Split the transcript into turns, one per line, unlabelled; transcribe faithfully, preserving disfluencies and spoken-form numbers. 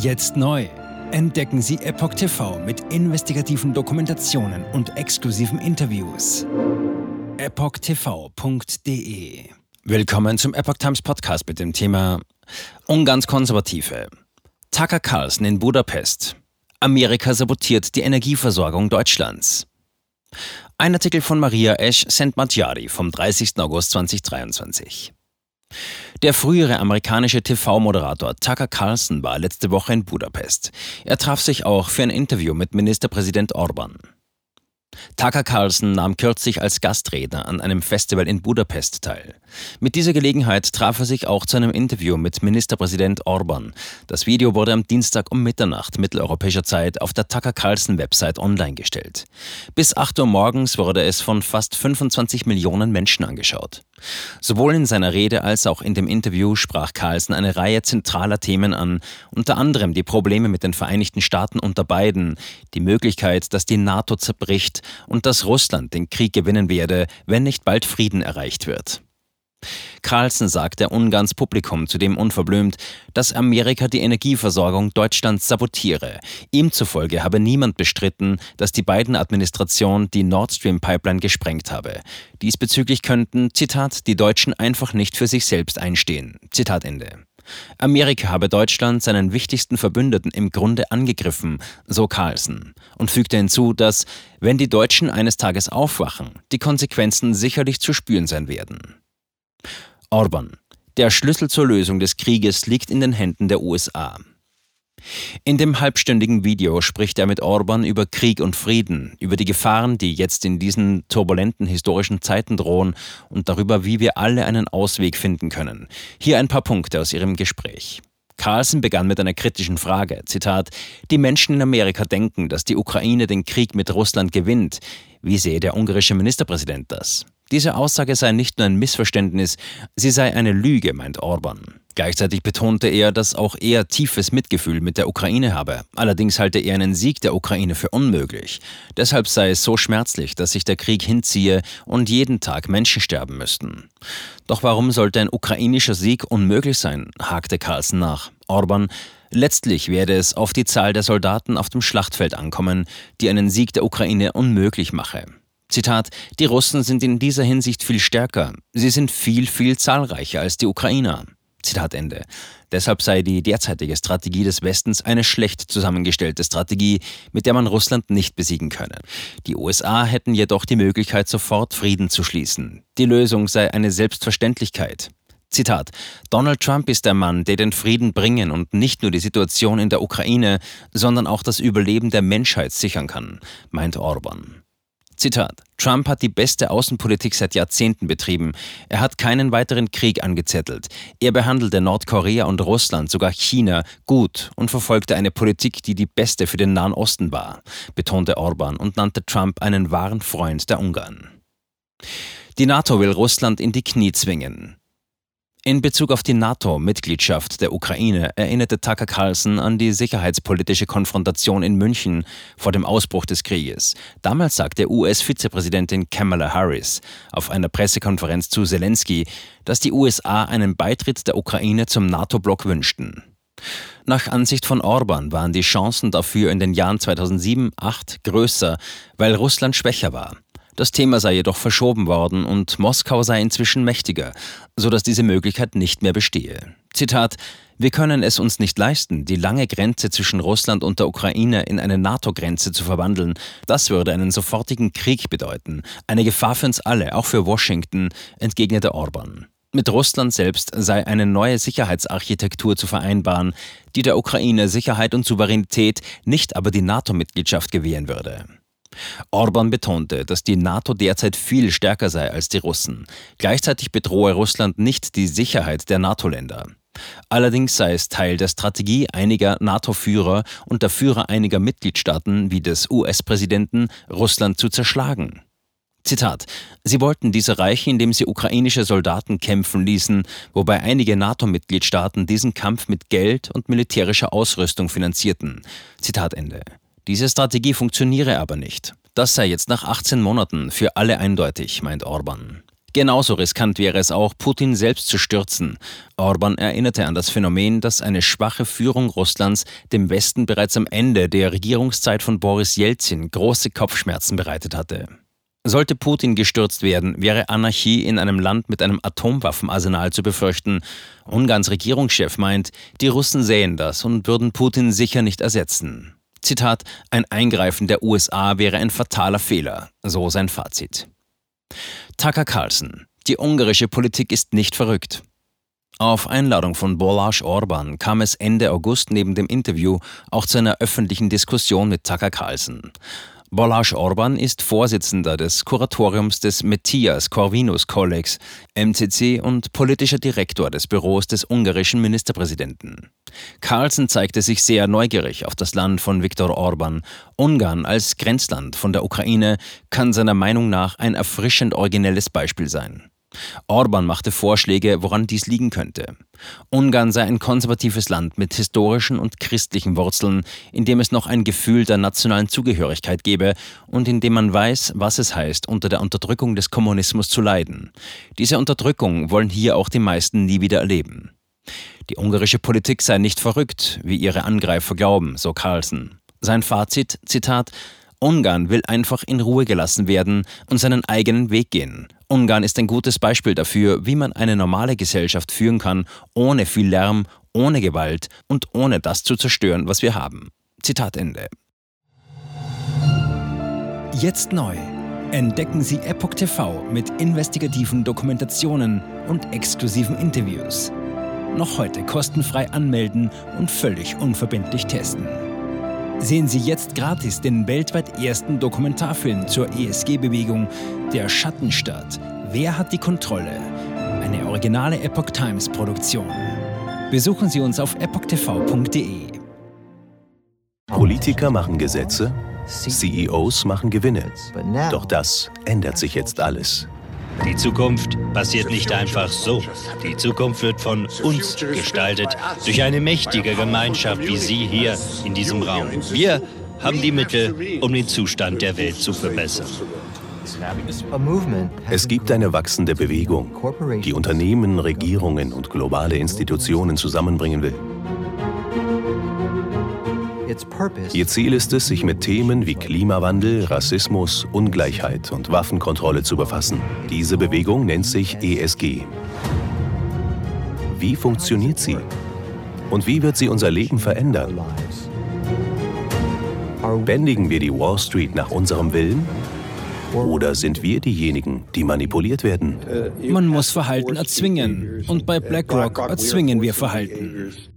Jetzt neu. Entdecken Sie Epoch T V mit investigativen Dokumentationen und exklusiven Interviews. epoch t v punkt d e. Willkommen zum Epoch Times Podcast mit dem Thema Ungarns Konservative. Tucker Carlson in Budapest. Amerika sabotiert die Energieversorgung Deutschlands. Ein Artikel von Maria Esch Szentmátyári vom dreißigsten August zweitausenddreiundzwanzig. Der frühere amerikanische T V-Moderator Tucker Carlson war letzte Woche in Budapest. Er traf sich auch für ein Interview mit Ministerpräsident Orbán. Tucker Carlson nahm kürzlich als Gastredner an einem Festival in Budapest teil. Mit dieser Gelegenheit traf er sich auch zu einem Interview mit Ministerpräsident Orbán. Das Video wurde am Dienstag um Mitternacht mitteleuropäischer Zeit auf der Tucker Carlson-Website online gestellt. Bis acht Uhr morgens wurde es von fast fünfundzwanzig Millionen Menschen angeschaut. Sowohl in seiner Rede als auch in dem Interview sprach Carlson eine Reihe zentraler Themen an, unter anderem die Probleme mit den Vereinigten Staaten unter Biden, die Möglichkeit, dass die NATO zerbricht und dass Russland den Krieg gewinnen werde, wenn nicht bald Frieden erreicht wird. Carlson sagte Ungarns Publikum zudem unverblümt, dass Amerika die Energieversorgung Deutschlands sabotiere. Ihm zufolge habe niemand bestritten, dass die Biden-Administration die Nord Stream-Pipeline gesprengt habe. Diesbezüglich könnten, Zitat, die Deutschen einfach nicht für sich selbst einstehen. Zitat Ende. Amerika habe Deutschland, seinen wichtigsten Verbündeten, im Grunde angegriffen, so Carlson, und fügte hinzu, dass, wenn die Deutschen eines Tages aufwachen, die Konsequenzen sicherlich zu spüren sein werden. Orbán. Der Schlüssel zur Lösung des Krieges liegt in den Händen der U S A. In dem halbstündigen Video spricht er mit Orbán über Krieg und Frieden, über die Gefahren, die jetzt in diesen turbulenten historischen Zeiten drohen und darüber, wie wir alle einen Ausweg finden können. Hier ein paar Punkte aus ihrem Gespräch. Carlson begann mit einer kritischen Frage, Zitat, die Menschen in Amerika denken, dass die Ukraine den Krieg mit Russland gewinnt. Wie sehe der ungarische Ministerpräsident das? Diese Aussage sei nicht nur ein Missverständnis, sie sei eine Lüge, meint Orbán. Gleichzeitig betonte er, dass auch er tiefes Mitgefühl mit der Ukraine habe. Allerdings halte er einen Sieg der Ukraine für unmöglich. Deshalb sei es so schmerzlich, dass sich der Krieg hinziehe und jeden Tag Menschen sterben müssten. Doch warum sollte ein ukrainischer Sieg unmöglich sein, hakte Carlson nach. Orbán: Letztlich werde es auf die Zahl der Soldaten auf dem Schlachtfeld ankommen, die einen Sieg der Ukraine unmöglich mache. Zitat, die Russen sind in dieser Hinsicht viel stärker. Sie sind viel, viel zahlreicher als die Ukrainer. Zitat Ende. Deshalb sei die derzeitige Strategie des Westens eine schlecht zusammengestellte Strategie, mit der man Russland nicht besiegen könne. Die U S A hätten jedoch die Möglichkeit, sofort Frieden zu schließen. Die Lösung sei eine Selbstverständlichkeit. Zitat, Donald Trump ist der Mann, der den Frieden bringen und nicht nur die Situation in der Ukraine, sondern auch das Überleben der Menschheit sichern kann, meint Orbán. Zitat, Trump hat die beste Außenpolitik seit Jahrzehnten betrieben. Er hat keinen weiteren Krieg angezettelt. Er behandelte Nordkorea und Russland, sogar China, gut und verfolgte eine Politik, die die beste für den Nahen Osten war, betonte Orbán und nannte Trump einen wahren Freund der Ungarn. Die NATO will Russland in die Knie zwingen. In Bezug auf die NATO-Mitgliedschaft der Ukraine erinnerte Tucker Carlson an die sicherheitspolitische Konfrontation in München vor dem Ausbruch des Krieges. Damals sagte U S-Vizepräsidentin Kamala Harris auf einer Pressekonferenz zu Zelensky, dass die U S A einen Beitritt der Ukraine zum NATO-Block wünschten. Nach Ansicht von Orbán waren die Chancen dafür in den Jahren zweitausendsieben bis zweitausendacht größer, weil Russland schwächer war. Das Thema sei jedoch verschoben worden und Moskau sei inzwischen mächtiger, sodass diese Möglichkeit nicht mehr bestehe. Zitat, wir können es uns nicht leisten, die lange Grenze zwischen Russland und der Ukraine in eine NATO-Grenze zu verwandeln. Das würde einen sofortigen Krieg bedeuten. Eine Gefahr für uns alle, auch für Washington, entgegnete Orbán. Mit Russland selbst sei eine neue Sicherheitsarchitektur zu vereinbaren, die der Ukraine Sicherheit und Souveränität, nicht aber die NATO-Mitgliedschaft gewähren würde. Orbán betonte, dass die NATO derzeit viel stärker sei als die Russen. Gleichzeitig bedrohe Russland nicht die Sicherheit der NATO-Länder. Allerdings sei es Teil der Strategie einiger NATO-Führer und der Führer einiger Mitgliedstaaten wie des U S-Präsidenten, Russland zu zerschlagen. Zitat, sie wollten dies erreichen, indem sie ukrainische Soldaten kämpfen ließen, wobei einige NATO-Mitgliedstaaten diesen Kampf mit Geld und militärischer Ausrüstung finanzierten. Zitat Ende. Diese Strategie funktioniere aber nicht. Das sei jetzt nach achtzehn Monaten für alle eindeutig, meint Orbán. Genauso riskant wäre es auch, Putin selbst zu stürzen. Orban erinnerte an das Phänomen, dass eine schwache Führung Russlands dem Westen bereits am Ende der Regierungszeit von Boris Jelzin große Kopfschmerzen bereitet hatte. Sollte Putin gestürzt werden, wäre Anarchie in einem Land mit einem Atomwaffenarsenal zu befürchten. Ungarns Regierungschef meint, die Russen sähen das und würden Putin sicher nicht ersetzen. Zitat: Ein Eingreifen der U S A wäre ein fataler Fehler, so sein Fazit. Tucker Carlson: Die ungarische Politik ist nicht verrückt. Auf Einladung von Balázs Orbán kam es Ende August neben dem Interview auch zu einer öffentlichen Diskussion mit Tucker Carlson. Balázs Orbán ist Vorsitzender des Kuratoriums des Matthias Corvinus Kollegs, M C C, und politischer Direktor des Büros des ungarischen Ministerpräsidenten. Carlson zeigte sich sehr neugierig auf das Land von Viktor Orbán. Ungarn als Grenzland von der Ukraine kann seiner Meinung nach ein erfrischend originelles Beispiel sein. Orbán machte Vorschläge, woran dies liegen könnte. Ungarn sei ein konservatives Land mit historischen und christlichen Wurzeln, in dem es noch ein Gefühl der nationalen Zugehörigkeit gebe und in dem man weiß, was es heißt, unter der Unterdrückung des Kommunismus zu leiden. Diese Unterdrückung wollen hier auch die meisten nie wieder erleben. Die ungarische Politik sei nicht verrückt, wie ihre Angreifer glauben, so Carlson. Sein Fazit, Zitat: Ungarn will einfach in Ruhe gelassen werden und seinen eigenen Weg gehen. Ungarn ist ein gutes Beispiel dafür, wie man eine normale Gesellschaft führen kann, ohne viel Lärm, ohne Gewalt und ohne das zu zerstören, was wir haben. Zitat Ende.
Jetzt neu. Entdecken Sie Epoch T V mit investigativen Dokumentationen und exklusiven Interviews. Noch heute kostenfrei anmelden und völlig unverbindlich testen. Sehen Sie jetzt gratis den weltweit ersten Dokumentarfilm zur E S G-Bewegung Der Schattenstaat. Wer hat die Kontrolle? Eine originale Epoch Times Produktion. Besuchen Sie uns auf epoch t v punkt d e.
Politiker machen Gesetze, C E Os machen Gewinne. Doch das ändert sich jetzt alles.
Die Zukunft passiert nicht einfach so. Die Zukunft wird von uns gestaltet, durch eine mächtige Gemeinschaft wie Sie hier in diesem Raum. Wir haben die Mittel, um den Zustand der Welt zu verbessern.
Es gibt eine wachsende Bewegung, die Unternehmen, Regierungen und globale Institutionen zusammenbringen will. Ihr Ziel ist es, sich mit Themen wie Klimawandel, Rassismus, Ungleichheit und Waffenkontrolle zu befassen. Diese Bewegung nennt sich E S G. Wie funktioniert sie? Und wie wird sie unser Leben verändern? Bändigen wir die Wall Street nach unserem Willen? Oder sind wir diejenigen, die manipuliert werden?
Man muss Verhalten erzwingen. Und bei BlackRock erzwingen wir Verhalten.